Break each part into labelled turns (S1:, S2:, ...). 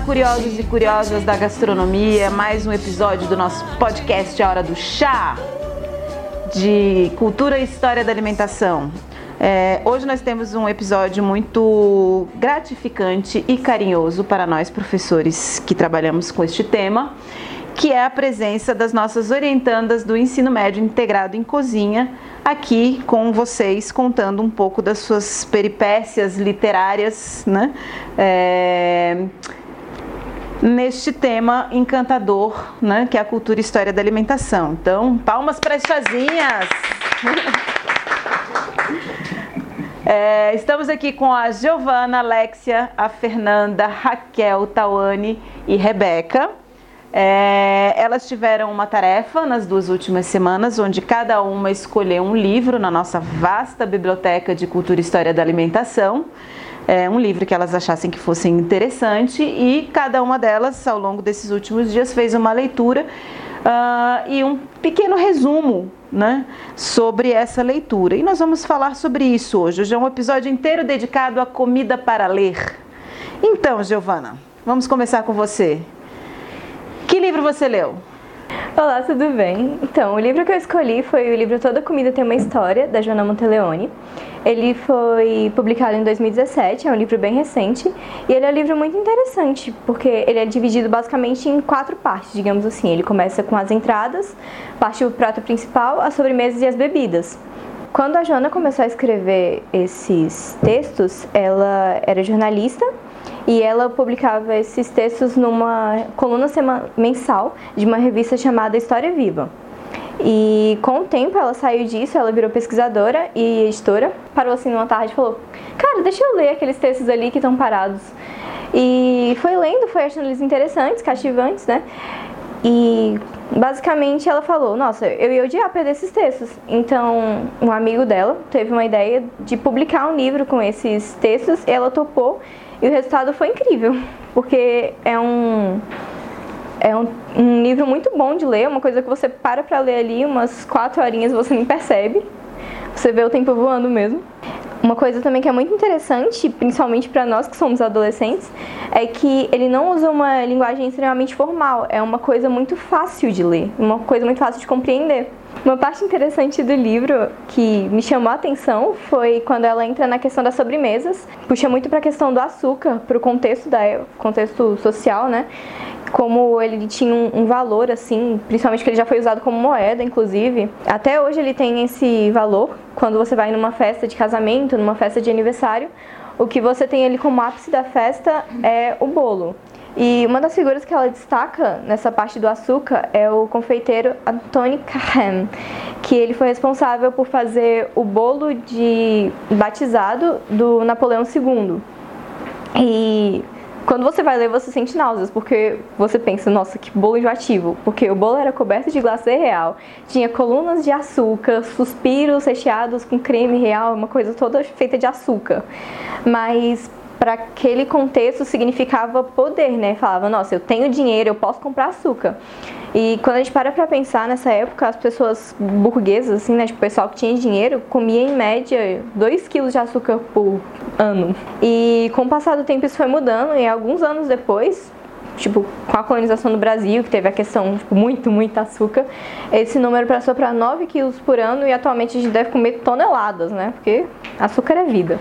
S1: curiosos e curiosas da gastronomia, mais um episódio do nosso podcast A Hora do Chá, de cultura e história da alimentação. Hoje nós temos um episódio muito gratificante e carinhoso para nós professores que trabalhamos com este tema, que é a presença das nossas orientandas do ensino médio integrado em cozinha, aqui com vocês, contando um pouco das suas peripécias literárias, né? Neste tema encantador, né? Que é a cultura e história da alimentação. Então, palmas para as chazinhas! Estamos aqui com a Giovana, Alexia, a Fernanda, Raquel, Tawane e Rebeca. Elas tiveram uma tarefa nas 2 últimas semanas, onde cada uma escolheu um livro na nossa vasta biblioteca de cultura e história da alimentação, um livro que elas achassem que fosse interessante, e cada uma delas, ao longo desses últimos dias, fez uma leitura e um pequeno resumo, né, sobre essa leitura. E nós vamos falar sobre isso hoje. Hoje é um episódio inteiro dedicado à comida para ler. Então, Giovana, vamos começar com você. Que livro você leu?
S2: Olá, tudo bem? Então, o livro que eu escolhi foi o livro Toda Comida Tem Uma História, da Joana Monteleone. Ele foi publicado em 2017, é um livro bem recente, e ele é um livro muito interessante, porque ele é dividido basicamente em 4 partes, digamos assim. Ele começa com as entradas, parte do prato principal, as sobremesas e as bebidas. Quando a Joana começou a escrever esses textos, ela era jornalista, e ela publicava esses textos numa coluna mensal de uma revista chamada História Viva. E com o tempo ela saiu disso, ela virou pesquisadora e editora. Parou assim numa tarde e falou: cara, deixa eu ler aqueles textos ali que estão parados. E foi lendo, foi achando eles interessantes, cativantes, né? E basicamente ela falou: nossa, eu ia odiar perder esses textos. Então um amigo dela teve uma ideia de publicar um livro com esses textos, e ela topou. E o resultado foi incrível, porque é um livro muito bom de ler, uma coisa que você para ler ali, umas 4 horinhas você nem percebe, você vê o tempo voando mesmo. Uma coisa também que é muito interessante, principalmente para nós que somos adolescentes, é que ele não usa uma linguagem extremamente formal, é uma coisa muito fácil de ler, uma coisa muito fácil de compreender. Uma parte interessante do livro que me chamou a atenção foi quando ela entra na questão das sobremesas, puxa muito para a questão do açúcar, para o contexto social, né? Como ele tinha um valor, assim, principalmente que ele já foi usado como moeda, inclusive. Até hoje ele tem esse valor. Quando você vai numa festa de casamento, numa festa de aniversário, o que você tem ali como ápice da festa é o bolo. E uma das figuras que ela destaca nessa parte do açúcar é o confeiteiro Antoine Carême, que ele foi responsável por fazer o bolo de batizado do Napoleão II. E quando você vai ler, você sente náuseas, porque você pensa: nossa, que bolo enjoativo, porque o bolo era coberto de glacê real, tinha colunas de açúcar, suspiros recheados com creme real, uma coisa toda feita de açúcar. Mas para aquele contexto significava poder, né? Falava: nossa, eu tenho dinheiro, eu posso comprar açúcar. E quando a gente para pensar nessa época, as pessoas burguesas, assim, né? Tipo, o pessoal que tinha dinheiro comia em média 2 quilos de açúcar por ano. E com o passar do tempo isso foi mudando, e alguns anos depois, tipo, com a colonização do Brasil, que teve a questão, tipo, muito açúcar, esse número passou para 9 quilos por ano, e atualmente a gente deve comer toneladas, né? Porque açúcar é vida.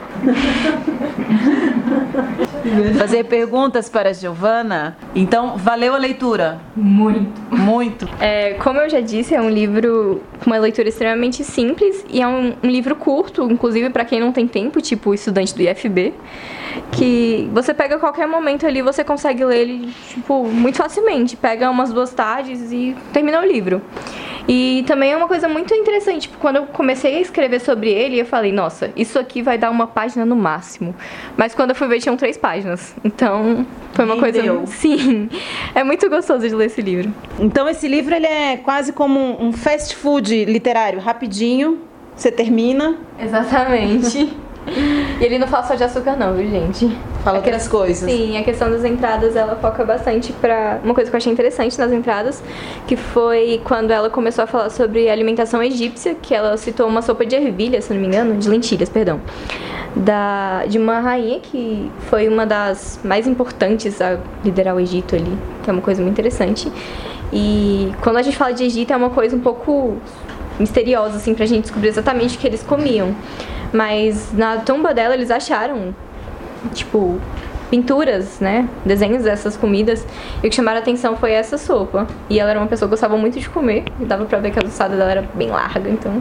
S1: Fazer perguntas para a Giovana. Então, valeu a leitura? Muito.
S2: Como eu já disse, é um livro com uma leitura extremamente simples, e é um livro curto, inclusive para quem não tem tempo, tipo estudante do IFB, que você pega a qualquer momento ali, você consegue ler ele, tipo, muito facilmente. Pega umas 2 tardes e termina o livro. E também é uma coisa muito interessante, tipo, quando eu comecei a escrever sobre ele, eu falei: nossa, isso aqui vai dar 1 página no máximo. Mas quando eu fui ver, tinham 3 páginas. Então, foi uma coisa... Sim, é muito gostoso de ler esse livro.
S1: Então, esse livro, ele é quase como um fast food literário, rapidinho, você termina.
S2: Exatamente. E ele não fala só de açúcar não, viu, gente?
S1: Fala outras coisas.
S2: Sim, a questão das entradas, ela foca bastante pra... Uma coisa que eu achei interessante nas entradas, que foi quando ela começou a falar sobre alimentação egípcia, que ela citou uma sopa de ervilha, se não me engano, de lentilhas, perdão. de uma rainha que foi uma das mais importantes a liderar o Egito ali, que é uma coisa muito interessante. E quando a gente fala de Egito é uma coisa um pouco misteriosa, assim, pra gente descobrir exatamente o que eles comiam. Mas na tumba dela eles acharam, tipo, pinturas, né, desenhos dessas comidas, e o que chamaram a atenção foi essa sopa. E ela era uma pessoa que gostava muito de comer, e dava pra ver que a alçada dela era bem larga, então...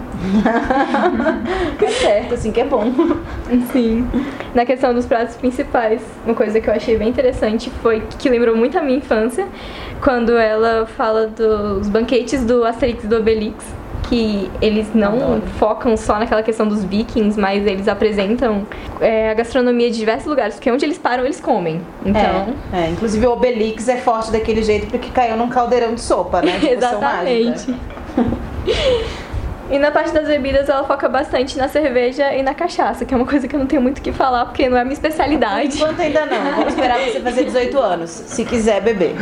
S1: É certo, assim que é bom.
S2: Sim. Na questão dos pratos principais, uma coisa que eu achei bem interessante foi que lembrou muito a minha infância, quando ela fala dos banquetes do Asterix e do Obelix, que eles não focam só naquela questão dos vikings, mas eles apresentam a gastronomia de diversos lugares, porque onde eles param, eles comem. Então...
S1: inclusive o Obelix é forte daquele jeito porque caiu num caldeirão de sopa, né? De
S2: exatamente. E na parte das bebidas, ela foca bastante na cerveja e na cachaça, que é uma coisa que eu não tenho muito o que falar, porque não é a minha especialidade.
S1: Enquanto ainda não. Vamos esperar você fazer 18 anos, se quiser beber.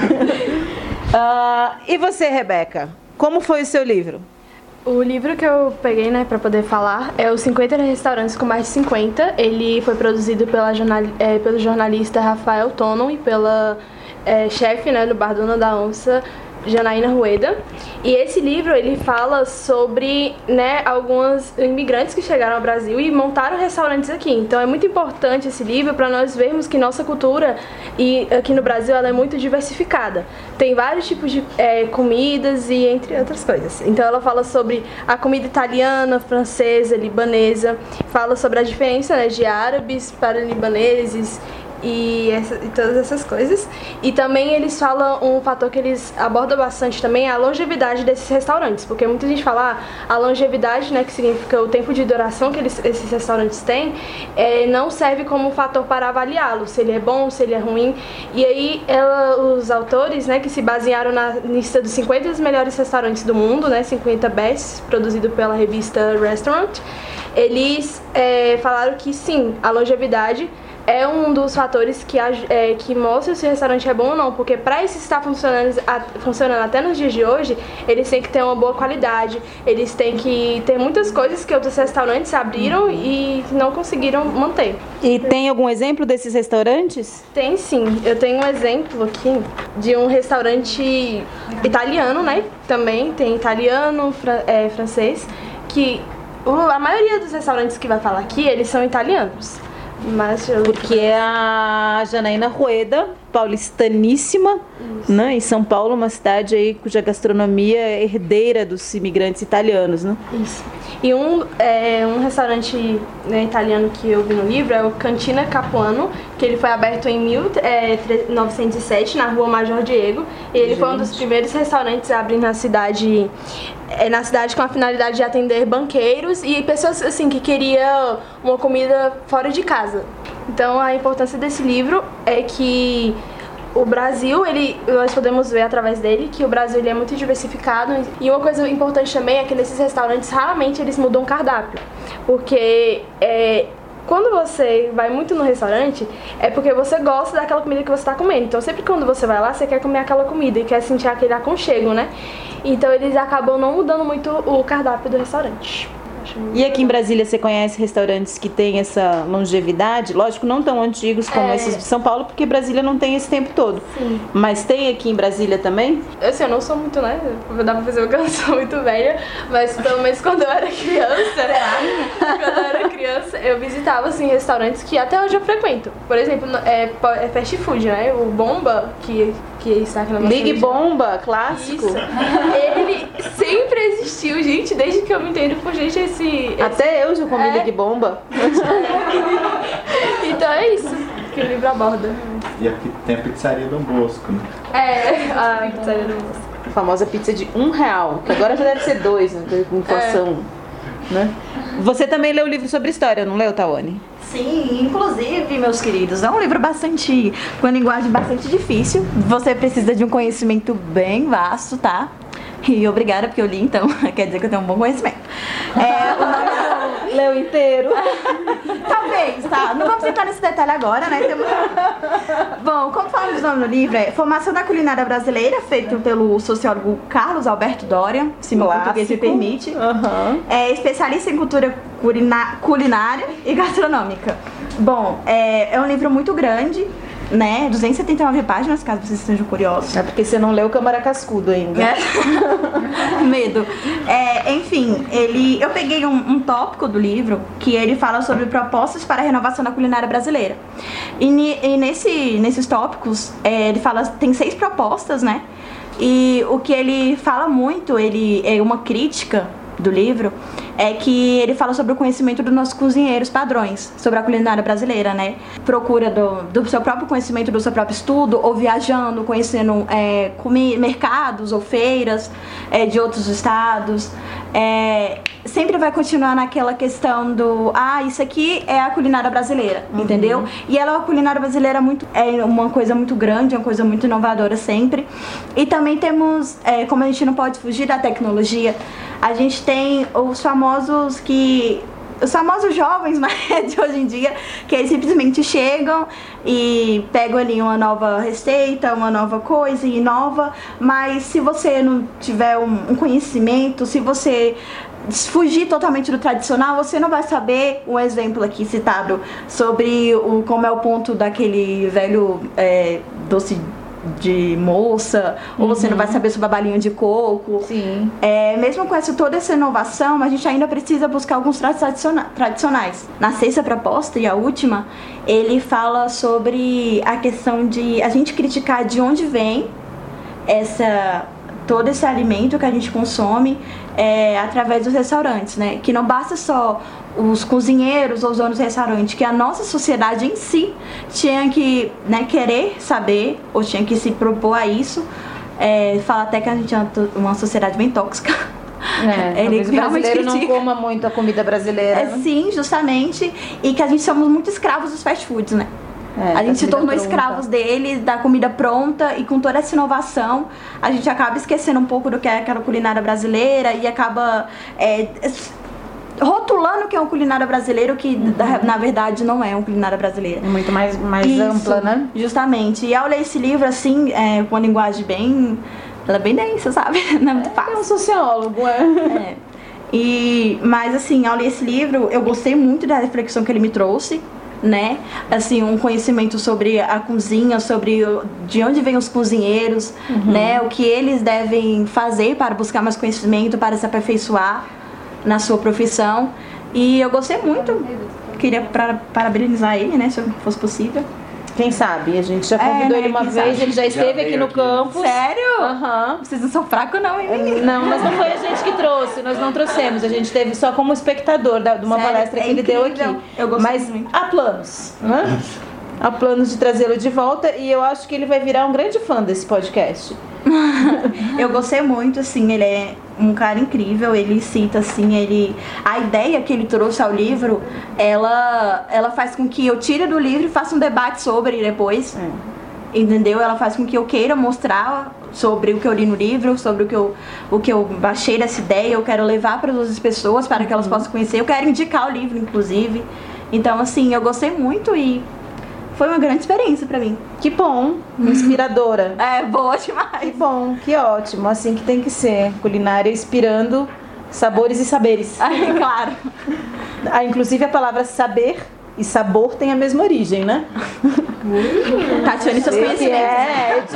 S1: E você, Rebeca? Como foi o seu livro?
S3: O livro que eu peguei, né, pra poder falar é Os 50 Restaurantes com Mais de 50. Ele foi produzido pelo jornalista Rafael Tonon e pela chefe, né, do Bar Dona da Onça, Janaína Rueda. E esse livro, ele fala sobre, né, alguns imigrantes que chegaram ao Brasil e montaram restaurantes aqui. Então é muito importante esse livro para nós vermos que nossa cultura e aqui no Brasil ela é muito diversificada. Tem vários tipos de comidas e entre outras coisas. Então ela fala sobre a comida italiana, francesa, libanesa, fala sobre a diferença, né, de árabes para libaneses e todas essas coisas. E também eles falam um fator que eles abordam bastante também, é a longevidade desses restaurantes, porque muita gente fala a longevidade, né, que significa o tempo de duração que esses restaurantes têm, não serve como fator para avaliá-lo, se ele é bom, se ele é ruim. E aí os autores, né, que se basearam na lista dos 50 melhores restaurantes do mundo, né, 50 Best, produzido pela revista Restaurant, eles falaram que sim, a longevidade é um dos fatores que mostra se o restaurante é bom ou não, porque para isso estar funcionando até nos dias de hoje, eles têm que ter uma boa qualidade, eles têm que ter muitas coisas que outros restaurantes abriram e não conseguiram manter.
S1: E tem algum exemplo desses restaurantes?
S3: Tem sim, eu tenho um exemplo aqui de um restaurante italiano, né? Também tem italiano, francês, que a maioria dos restaurantes que vai falar aqui, eles são italianos.
S1: Porque é a Janaína Rueda, paulistaníssima, né? Em São Paulo, uma cidade aí cuja gastronomia é herdeira dos imigrantes italianos, né?
S3: Isso. E um restaurante, né, italiano que eu vi no livro é o Cantina Capuano, que ele foi aberto em 1907 na Rua Major Diego. E ele foi um dos primeiros restaurantes a abrir na cidade com a finalidade de atender banqueiros e pessoas assim que queriam uma comida fora de casa. Então a importância desse livro é que o Brasil, nós podemos ver através dele que o Brasil ele é muito diversificado. E uma coisa importante também é que nesses restaurantes raramente eles mudam o cardápio, porque quando você vai muito no restaurante, é porque você gosta daquela comida que você está comendo. Então sempre quando você vai lá, você quer comer aquela comida e quer sentir aquele aconchego, né? Então eles acabam não mudando muito o cardápio do restaurante.
S1: E aqui em Brasília você conhece restaurantes que têm essa longevidade? Lógico, não tão antigos como esses de São Paulo, porque Brasília não tem esse tempo todo.
S3: Sim.
S1: Mas tem aqui em Brasília também?
S3: Assim, eu não sou muito, né? Dá pra fazer que eu não sou muito velha, mas pelo menos quando eu era criança, eu visitava assim, restaurantes que até hoje eu frequento. Por exemplo, fast food, né? O Bomba, que está aqui na nossa
S1: Big Bomba, clássico.
S3: Isso. Ele sempre existiu, gente, desde que eu me entendo por gente
S1: Até eu já comi Big Bomba.
S3: Então é isso que o livro aborda.
S4: E aqui tem a pizzaria Dom Bosco, né?
S3: A pizzaria Dom Bosco.
S1: A famosa pizza de R$1, que agora já deve ser 2, né? Com inflação. Né? Você também leu o livro sobre história, não leu, Tawane?
S5: Sim, inclusive, meus queridos, é um livro com uma linguagem bastante difícil. Você precisa de um conhecimento bem vasto, tá? E obrigada porque eu li, então quer dizer que eu tenho um bom conhecimento.
S1: Leu inteiro?
S5: Talvez, tá? Não vamos entrar nesse detalhe agora, né? Bom, como falamos no nome do livro, é Formação da Culinária Brasileira, feito pelo sociólogo Carlos Alberto Doria, se meu português me permite. É especialista em cultura culinária e gastronômica. Bom, é um livro muito grande, né? 279 páginas, caso vocês estejam curiosos.
S1: É porque você não leu Câmara Cascudo ainda.
S5: Medo. Enfim, eu peguei um tópico do livro que ele fala sobre propostas para a renovação da culinária brasileira. E nesses tópicos, ele fala, tem 6 propostas, né? E o que ele fala muito, ele é uma crítica do livro, é que ele fala sobre o conhecimento dos nossos cozinheiros padrões, sobre a culinária brasileira, né? Procura do seu próprio conhecimento, do seu próprio estudo, ou viajando, conhecendo mercados ou feiras de outros estados. Sempre vai continuar naquela questão do isso aqui é a culinária brasileira, entendeu? E ela é uma culinária brasileira uma coisa muito grande, uma coisa muito inovadora sempre. E também temos, como a gente não pode fugir da tecnologia, a gente tem os famosos jovens, né, de hoje em dia, que eles simplesmente chegam e pegam ali uma nova receita, uma nova coisa e inova, mas se você não tiver um conhecimento, se você fugir totalmente do tradicional, você não vai saber, um exemplo aqui citado sobre como é o ponto daquele velho doce de moça, ou você não vai saber sobre a balinha de coco.
S1: Sim.
S5: Mesmo com toda essa inovação, a gente ainda precisa buscar alguns tradicionais. Na 6ª proposta, e a última, ele fala sobre a questão de a gente criticar de onde vem todo esse alimento que a gente consome através dos restaurantes, né? Que não basta só os cozinheiros ou os donos do restaurante, que a nossa sociedade em si tinha que, né, querer saber, ou tinha que se propor a isso. Fala até que a gente é uma sociedade bem tóxica.
S1: Talvez o brasileiro não coma muito a comida brasileira.
S5: Sim, justamente. E que a gente somos muito escravos dos fast foods, né? A gente se tornou escravos deles, da comida pronta, e com toda essa inovação a gente acaba esquecendo um pouco do que é aquela culinária brasileira e acaba rotulando que é uma culinária brasileira, que na verdade não é uma culinária brasileira.
S1: É muito mais ampla, né?
S5: Justamente. E ao ler esse livro, assim, com uma linguagem ela é bem densa, sabe? Não é muito fácil.
S1: É um sociólogo,
S5: Mas assim, ao ler esse livro, eu gostei muito da reflexão que ele me trouxe, né? Assim, um conhecimento sobre a cozinha, sobre de onde vêm os cozinheiros, né? O que eles devem fazer para buscar mais conhecimento, para se aperfeiçoar na sua profissão. E eu gostei muito. Queria parabenizar ele, né? Se fosse possível.
S1: Quem sabe? A gente já convidou ele uma vez, ele já esteve aqui no campus.
S5: Sério? Vocês não são fracos não, hein, menina?
S1: Não, mas não foi a gente que trouxe, nós não trouxemos. A gente teve só como espectador de uma palestra que ele deu aqui.
S5: Eu gostei muito.
S1: Há planos, né? Há planos de trazê-lo de volta, e eu acho que ele vai virar um grande fã desse podcast.
S5: Eu gostei muito, assim, ele é um cara incrível, ele cita, assim, a ideia que ele trouxe ao livro, ela faz com que eu tire do livro e faça um debate sobre depois, entendeu? Ela faz com que eu queira mostrar sobre o que eu li no livro, sobre o que eu achei dessa ideia, eu quero levar para as outras pessoas, para que elas possam conhecer, eu quero indicar o livro, inclusive. Então, assim, eu gostei muito e foi uma grande experiência pra mim.
S1: Que bom, inspiradora.
S5: Boa demais.
S1: Que bom, que ótimo, assim que tem que ser. Culinária inspirando sabores e saberes.
S5: Claro.
S1: Inclusive a palavra saber e sabor tem a mesma origem, né?
S5: Tatiane, seus conhecimentos.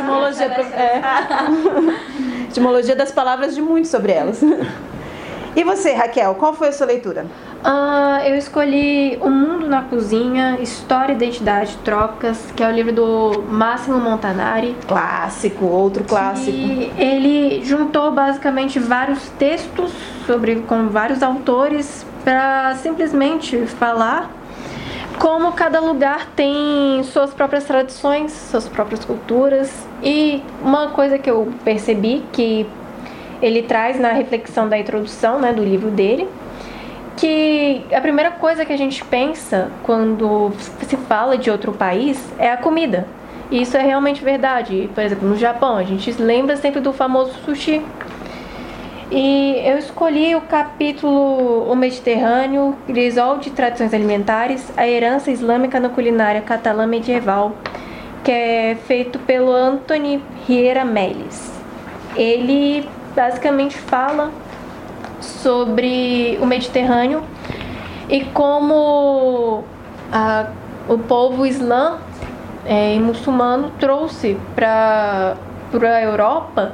S1: Etimologia das palavras de muito sobre elas. E você, Raquel, qual foi a sua leitura?
S2: Eu escolhi O Mundo na Cozinha, História, Identidade, Trocas, que é o livro do Massimo Montanari.
S1: Clássico, outro clássico.
S2: E ele juntou basicamente vários textos com vários autores para simplesmente falar como cada lugar tem suas próprias tradições, suas próprias culturas. E uma coisa que eu percebi que ele traz na reflexão da introdução, né, do livro dele, que a primeira coisa que a gente pensa quando se fala de outro país é a comida. E isso é realmente verdade. Por exemplo, no Japão, a gente lembra sempre do famoso sushi.
S6: E eu escolhi o capítulo O Mediterrâneo, Crisol de Tradições Alimentares, a herança islâmica na culinária catalã medieval, que é feito pelo Antoni Riera Melis. Ele basicamente fala sobre o Mediterrâneo e como o povo islã e muçulmano trouxe para a Europa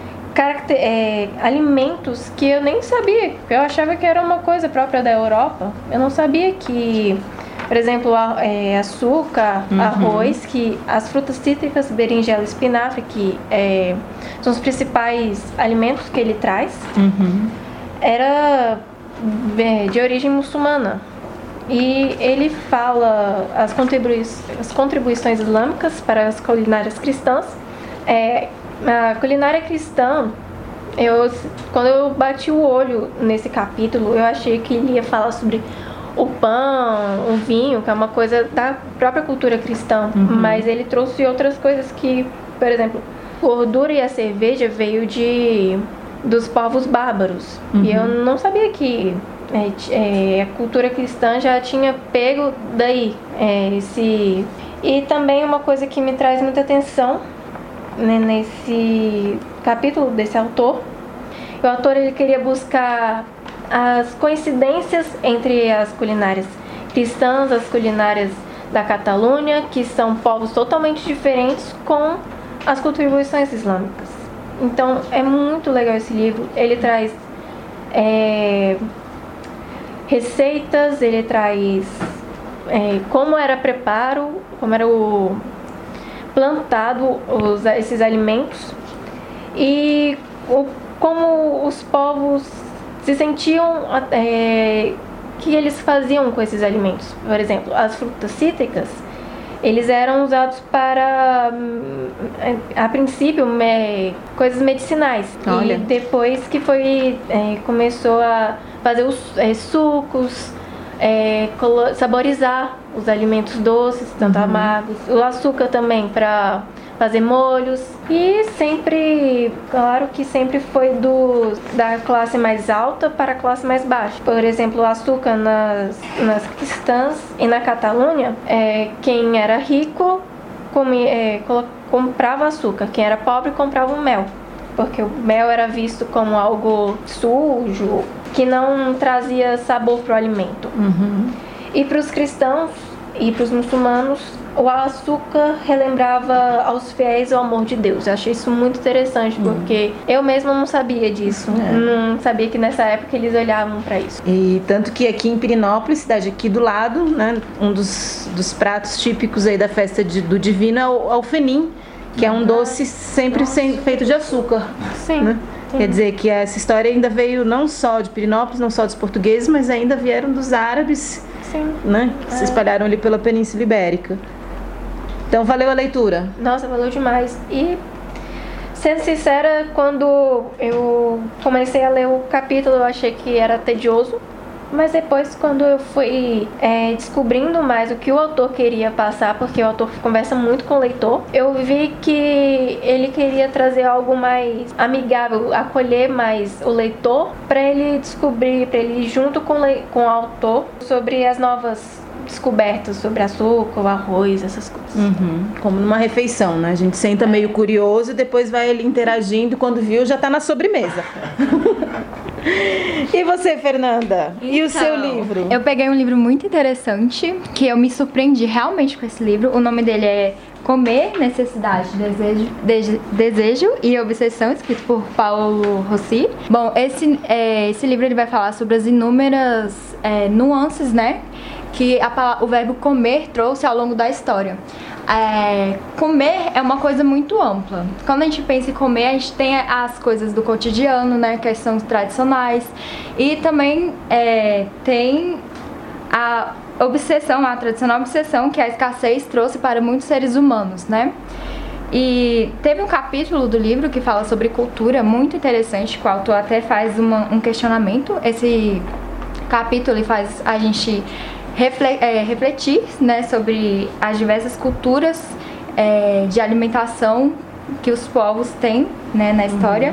S6: alimentos que eu nem sabia. Eu achava que era uma coisa própria da Europa. Eu não sabia que, por exemplo, açúcar, arroz, que as frutas cítricas, berinjela e espinafre, que são os principais alimentos que ele traz, era de origem muçulmana. E ele fala as contribuições islâmicas para as culinárias cristãs. A culinária cristã, quando eu bati o olho nesse capítulo, eu achei que ele ia falar sobre o pão, o vinho, que é uma coisa da própria cultura cristã, mas ele trouxe outras coisas que, por exemplo, a gordura e a cerveja veio dos povos bárbaros. E eu não sabia que a cultura cristã já tinha pego daí. E também uma coisa que me traz muita atenção nesse capítulo desse autor, o autor ele queria buscar as coincidências entre as culinárias cristãs, as culinárias da Catalunha, que são povos totalmente diferentes, com as contribuições islâmicas. Então é muito legal esse livro. Ele traz receitas, ele traz como era preparo, como era plantado esses alimentos e como os povos se sentiam, que eles faziam com esses alimentos. Por exemplo, as frutas cítricas, eles eram usados para, a princípio, coisas medicinais. Olha. E depois que começou a fazer os sucos, saborizar os alimentos doces, tanto amargos, o açúcar também para fazer molhos. E sempre, claro que sempre foi da classe mais alta para a classe mais baixa. Por exemplo, o açúcar nas cristãs e na Catalunha, quem era rico comprava açúcar, quem era pobre comprava o mel, porque o mel era visto como algo sujo, que não trazia sabor para o alimento. E para os cristãos e para os muçulmanos, o açúcar relembrava aos fiéis o amor de Deus. Eu achei isso muito interessante, porque eu mesma não sabia disso. Não sabia que nessa época eles olhavam para isso.
S1: E tanto que aqui em Pirinópolis, cidade aqui do lado, né, um dos pratos típicos aí da festa do Divino é o alfenim, que é um doce sempre feito de açúcar.
S6: Sim.
S1: Né? Quer dizer que essa história ainda veio não só de Pirinópolis, não só dos portugueses, mas ainda vieram dos árabes, né, que se espalharam ali pela Península Ibérica. Então valeu a leitura?
S6: Nossa, valeu demais. E, sendo sincera, quando eu comecei a ler o capítulo, eu achei que era tedioso. Mas depois, quando eu fui descobrindo mais o que o autor queria passar, porque o autor conversa muito com o leitor, eu vi que ele queria trazer algo mais amigável, acolher mais o leitor, para ele descobrir, para ele ir junto com o autor sobre as novas descobertas sobre açúcar, o arroz, essas coisas.
S1: Como numa refeição, né? A gente senta meio curioso e depois vai ele interagindo, quando viu já tá na sobremesa. E você, Fernanda? E o seu livro?
S2: Eu peguei um livro muito interessante, que eu me surpreendi realmente com esse livro. O nome dele é Comer, Necessidade, Desejo e Obsessão, escrito por Paulo Rossi. Bom, esse livro ele vai falar sobre as inúmeras nuances, né, que o verbo comer trouxe ao longo da história. Comer é uma coisa muito ampla. Quando a gente pensa em comer, a gente tem as coisas do cotidiano, né, que são os tradicionais, e também tem a obsessão, a tradicional obsessão que a escassez trouxe para muitos seres humanos, né? E teve um capítulo do livro que fala sobre cultura muito interessante, que o autor até faz um questionamento. Esse capítulo ele faz a gente refletir, né, sobre as diversas culturas de alimentação que os povos têm, né, na história,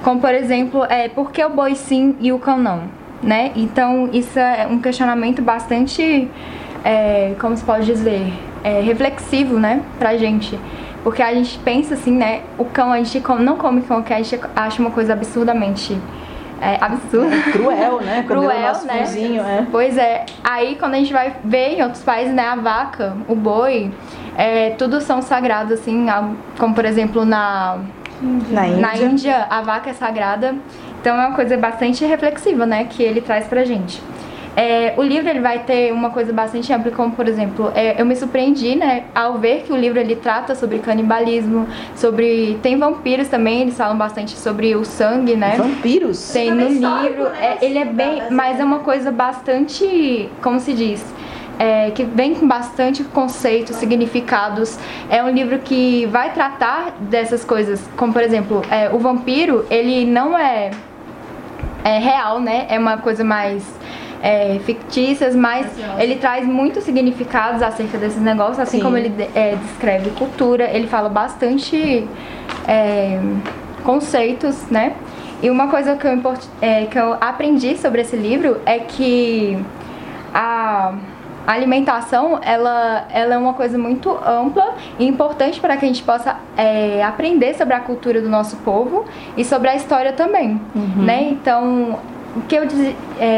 S7: como por exemplo, por que o boi sim e o cão não, né? Então isso é um questionamento bastante, como se pode dizer, reflexivo, né, pra gente. Porque a gente pensa assim, né, o cão, a gente não come cão, que a gente acha uma coisa absurdamente absurda.
S1: Cruel, né?
S7: Cruel,
S1: o nosso
S7: né?
S1: pãozinho,
S7: Pois é. Aí quando a gente vai ver em outros países, né, a vaca, o boi, tudo são sagrados, assim, como por exemplo na Índia, a vaca é sagrada. Então é uma coisa bastante reflexiva, né, que ele traz pra gente. O livro ele vai ter uma coisa bastante ampla, como por exemplo, eu me surpreendi, né, ao ver que o livro ele trata sobre canibalismo, tem vampiros também, eles falam bastante sobre o sangue, né?
S1: Vampiros?
S7: Tem no livro, ele é bem, mas é uma coisa bastante, como se diz, que vem com bastante conceitos, significados. É um livro que vai tratar dessas coisas, como por exemplo, o vampiro, ele não é real, né? É uma coisa mais fictícias, mas ele traz muitos significados acerca desses negócios, assim como ele descreve cultura, ele fala bastante conceitos, né? E uma coisa que eu aprendi sobre esse livro é que a alimentação, ela é uma coisa muito ampla e importante para que a gente possa aprender sobre a cultura do nosso povo e sobre a história também, né? Então, o que eu dizia...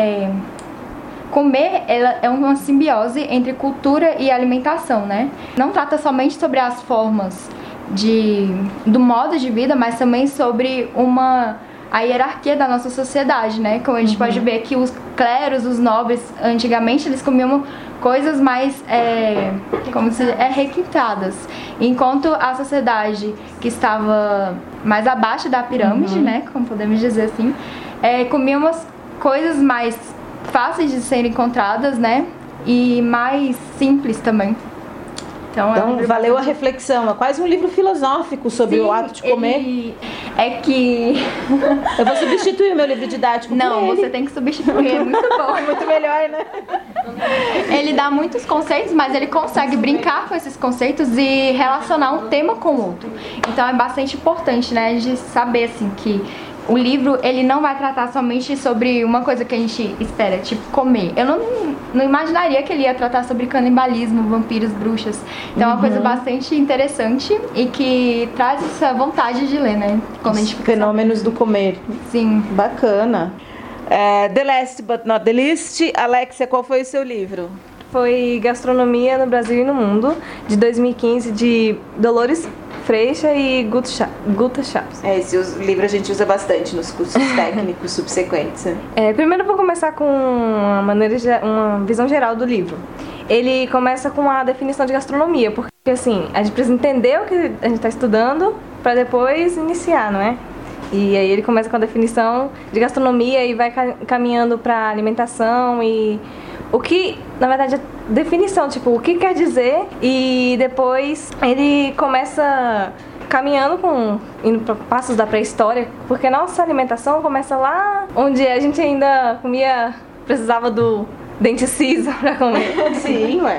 S7: Comer ela é uma simbiose entre cultura e alimentação, né? Não trata somente sobre as formas do modo de vida, mas também sobre a hierarquia da nossa sociedade, né? Como a gente pode ver que os cleros, os nobres, antigamente eles comiam coisas mais, requintadas. Enquanto a sociedade que estava mais abaixo da pirâmide, né? Como podemos dizer assim, comia umas coisas mais fáceis de serem encontradas, né? E mais simples também. Então
S1: valeu a reflexão. É quase um livro filosófico sobre o ato de comer.
S7: Eu
S1: vou substituir o meu livro didático.
S7: Não, você tem que substituir. É muito bom.
S1: É muito melhor, né?
S7: Ele dá muitos conceitos, mas ele consegue brincar com esses conceitos e relacionar um tema com o outro. Então é bastante importante, né? De saber assim que o livro, ele não vai tratar somente sobre uma coisa que a gente espera, tipo comer. Eu não imaginaria que ele ia tratar sobre canibalismo, vampiros, bruxas. Então é uma coisa bastante interessante e que traz essa vontade de ler, né? Quando a gente fica
S1: fenômenos do comer.
S7: Sim.
S1: Bacana. The last but not the least, Alexia, qual foi o seu livro?
S2: Foi Gastronomia no Brasil e no Mundo, de 2015, de Dolores Freixa e Guta Chaves.
S1: Esse livro a gente usa bastante nos cursos técnicos subsequentes.
S2: Primeiro eu vou começar com uma visão geral do livro. Ele começa com a definição de gastronomia, porque assim, a gente precisa entender o que a gente está estudando para depois iniciar, não é? E aí ele começa com a definição de gastronomia e vai caminhando para alimentação e o que, na verdade, a definição, tipo, o que quer dizer, e depois ele começa caminhando indo para passos da pré-história, porque nossa alimentação começa lá onde a gente ainda precisava do dente ciso para comer.
S1: Sim, ué.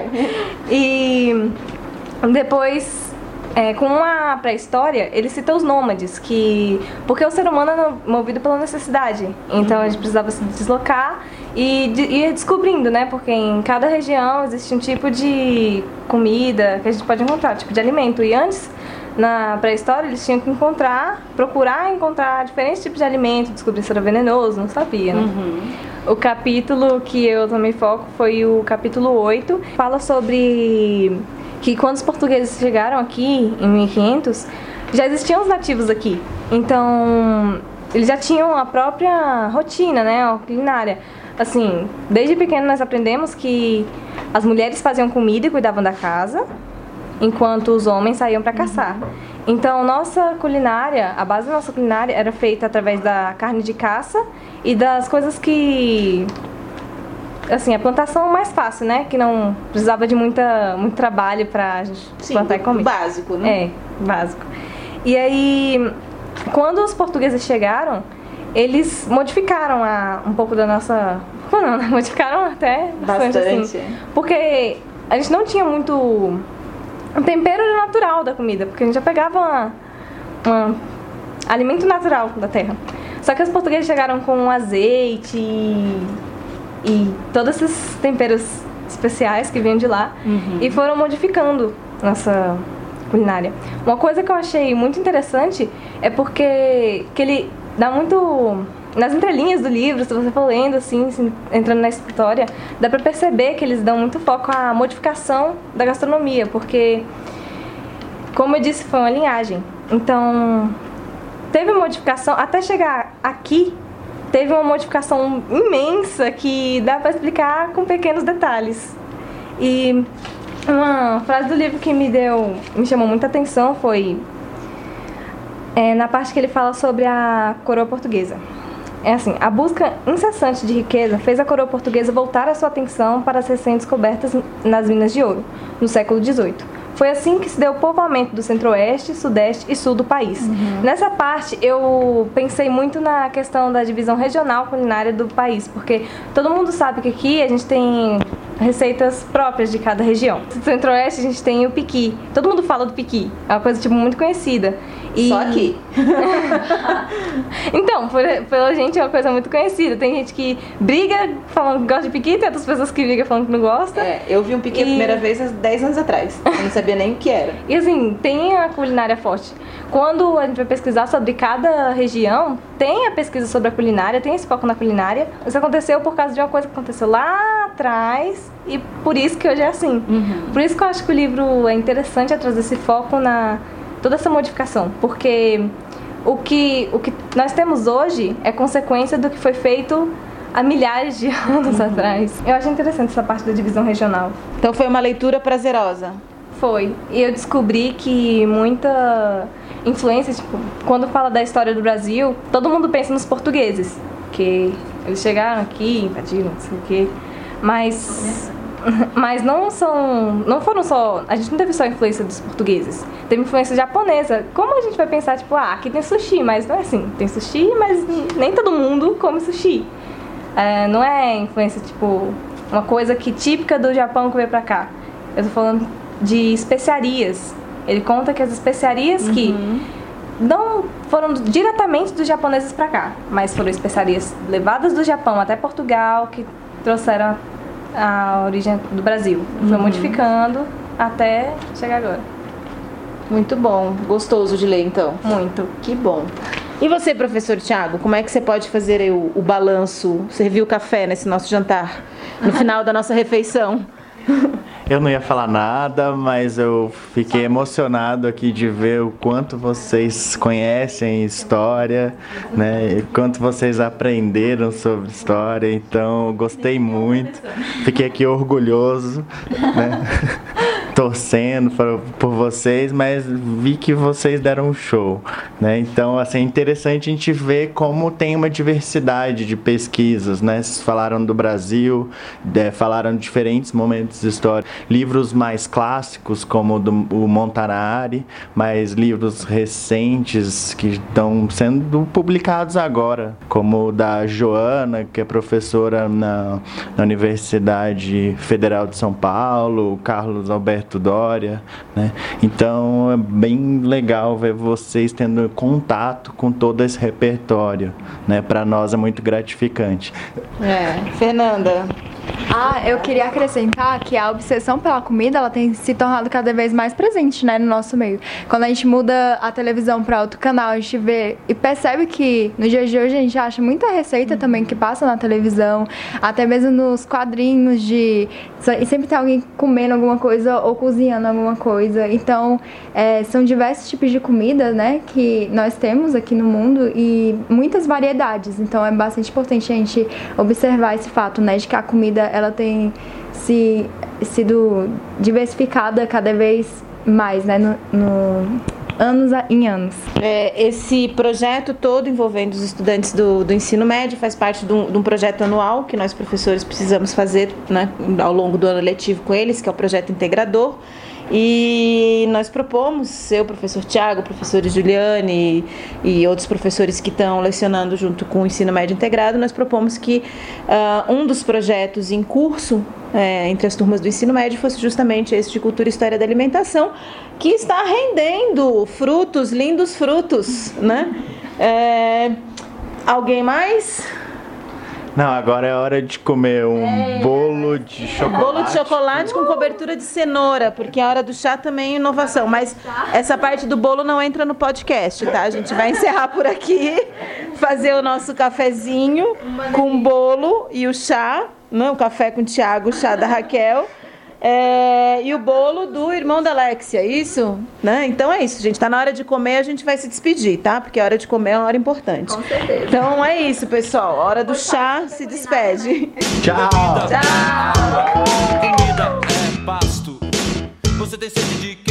S2: E depois, com a pré-história, ele cita os nômades, porque o ser humano é movido pela necessidade, então a gente precisava se deslocar e ir descobrindo, né? Porque em cada região existe um tipo de comida que a gente pode encontrar, tipo de alimento. E antes, na pré-história, eles tinham que procurar encontrar diferentes tipos de alimento, descobrir se era venenoso, não sabia, né? O capítulo que eu também foco foi o capítulo 8. Fala sobre que quando os portugueses chegaram aqui, em 1500, já existiam os nativos aqui. Então, eles já tinham a própria rotina, né? A culinária. Assim, desde pequeno nós aprendemos que as mulheres faziam comida e cuidavam da casa, enquanto os homens saíam para caçar. Então, nossa culinária, a base da nossa culinária era feita através da carne de caça e das coisas que... Assim, a plantação mais fácil, né? Que não precisava de muito trabalho pra plantar e comer.
S1: Básico, né?
S2: Básico. E aí, quando os portugueses chegaram, eles modificaram um pouco da nossa... Não, modificaram até bastante. Assim, porque a gente não tinha muito... O tempero era natural da comida, porque a gente já pegava um alimento natural da terra. Só que os portugueses chegaram com azeite e todos esses temperos especiais que vinham de lá e foram modificando nossa culinária. Uma coisa que eu achei muito interessante é porque que ele dá muito... Nas entrelinhas do livro, se você for lendo, assim, entrando na história, dá pra perceber que eles dão muito foco à modificação da gastronomia, porque, como eu disse, foi uma linhagem. Então, teve uma modificação, até chegar aqui, teve uma modificação imensa que dá pra explicar com pequenos detalhes. E uma frase do livro que me chamou muita atenção foi na parte que ele fala sobre a coroa portuguesa. É assim, a busca incessante de riqueza fez a coroa portuguesa voltar a sua atenção para as recém-descobertas nas minas de ouro, no século XVIII. Foi assim que se deu o povoamento do centro-oeste, sudeste e sul do país. Nessa parte, eu pensei muito na questão da divisão regional culinária do país, porque todo mundo sabe que aqui a gente tem receitas próprias de cada região. No centro-oeste, a gente tem o piqui. Todo mundo fala do piqui, é uma coisa muito conhecida.
S1: Só aqui.
S2: Então, pela gente é uma coisa muito conhecida. Tem gente que briga falando que gosta de piqui, tem outras pessoas que brigam falando que não gosta.
S1: Eu vi um piqui a primeira vez há 10 anos atrás. Eu não sabia nem o que era.
S2: E assim, tem a culinária forte. Quando a gente vai pesquisar sobre cada região, tem a pesquisa sobre a culinária, tem esse foco na culinária. Isso aconteceu por causa de uma coisa que aconteceu lá atrás e por isso que hoje é assim. Por isso que eu acho que o livro é interessante trazer esse foco na toda essa modificação, porque o que nós temos hoje é consequência do que foi feito há milhares de anos atrás. Eu acho interessante essa parte da divisão regional.
S1: Então foi uma leitura prazerosa?
S2: Foi. E eu descobri que muita influência, tipo, quando fala da história do Brasil, todo mundo pensa nos portugueses, que eles chegaram aqui, invadiram, não sei o quê, mas não foram só... A gente não teve só a influência dos portugueses. Teve influência japonesa. Como a gente vai pensar, tipo, aqui tem sushi, mas não é assim. Tem sushi, mas nem todo mundo come sushi. Não é influência, tipo, uma coisa que típica do Japão que veio pra cá. Eu tô falando de especiarias. Ele conta que as especiarias que não foram diretamente dos japoneses pra cá, mas foram especiarias levadas do Japão até Portugal, que trouxeram a origem do Brasil. Foi modificando até chegar agora.
S1: Muito bom. Gostoso de ler, então?
S2: Muito.
S1: Que bom. E você, professor Thiago, como é que você pode fazer o balanço, servir o café nesse nosso jantar, no final da nossa refeição?
S4: Eu não ia falar nada, mas eu fiquei emocionado aqui de ver o quanto vocês conhecem história, né? E quanto vocês aprenderam sobre história. Então, gostei muito. Fiquei aqui orgulhoso, né? Torcendo por vocês, mas vi que vocês deram um show, né? Então, assim, é interessante a gente ver como tem uma diversidade de pesquisas, né? Vocês falaram do Brasil, falaram de diferentes momentos de história, livros mais clássicos como o Montanari, mas livros recentes que estão sendo publicados agora, como o da Joana, que é professora na Universidade Federal de São Paulo, o Carlos Alberto Dória, né? Então é bem legal ver vocês tendo contato com todo esse repertório, né? Para nós é muito gratificante.
S1: Fernanda.
S7: Eu queria acrescentar que a obsessão pela comida, ela tem se tornado cada vez mais presente, né, no nosso meio. Quando a gente muda a televisão para outro canal, a gente vê e percebe que no dia de hoje a gente acha muita receita também que passa na televisão, até mesmo nos quadrinhos e sempre tem alguém comendo alguma coisa ou cozinhando alguma coisa. Então, são diversos tipos de comida, né, que nós temos aqui no mundo e muitas variedades. Então, é bastante importante a gente observar esse fato, né, de que a comida ela tem sido diversificada cada vez mais, né, anos em anos.
S1: Esse projeto todo envolvendo os estudantes do ensino médio faz parte de um projeto anual que nós professores precisamos fazer, né, ao longo do ano letivo com eles, que é o projeto integrador. E nós propomos, eu, professor Thiago, professora Juliane e outros professores que estão lecionando junto com o ensino médio integrado, nós propomos que um dos projetos em curso entre as turmas do ensino médio fosse justamente esse de Cultura e História da Alimentação, que está rendendo frutos, lindos frutos, né? Alguém mais?
S4: Não, agora é hora de comer um bolo de chocolate.
S1: Bolo de chocolate com cobertura de cenoura, porque a hora do chá também é inovação. Mas essa parte do bolo não entra no podcast, tá? A gente vai encerrar por aqui, fazer o nosso cafezinho com bolo e o chá, né? O café com o Thiago, o chá da Raquel. E o bolo do irmão da Alexia, isso? Né? Então é isso, gente. Tá na hora de comer, a gente vai se despedir, tá? Porque a hora de comer é uma hora importante.
S2: Com certeza.
S1: Então é isso, pessoal. A hora do chá, se despede.
S4: Tchau!
S1: Tchau!
S8: Comida é pasto. Você tem sede de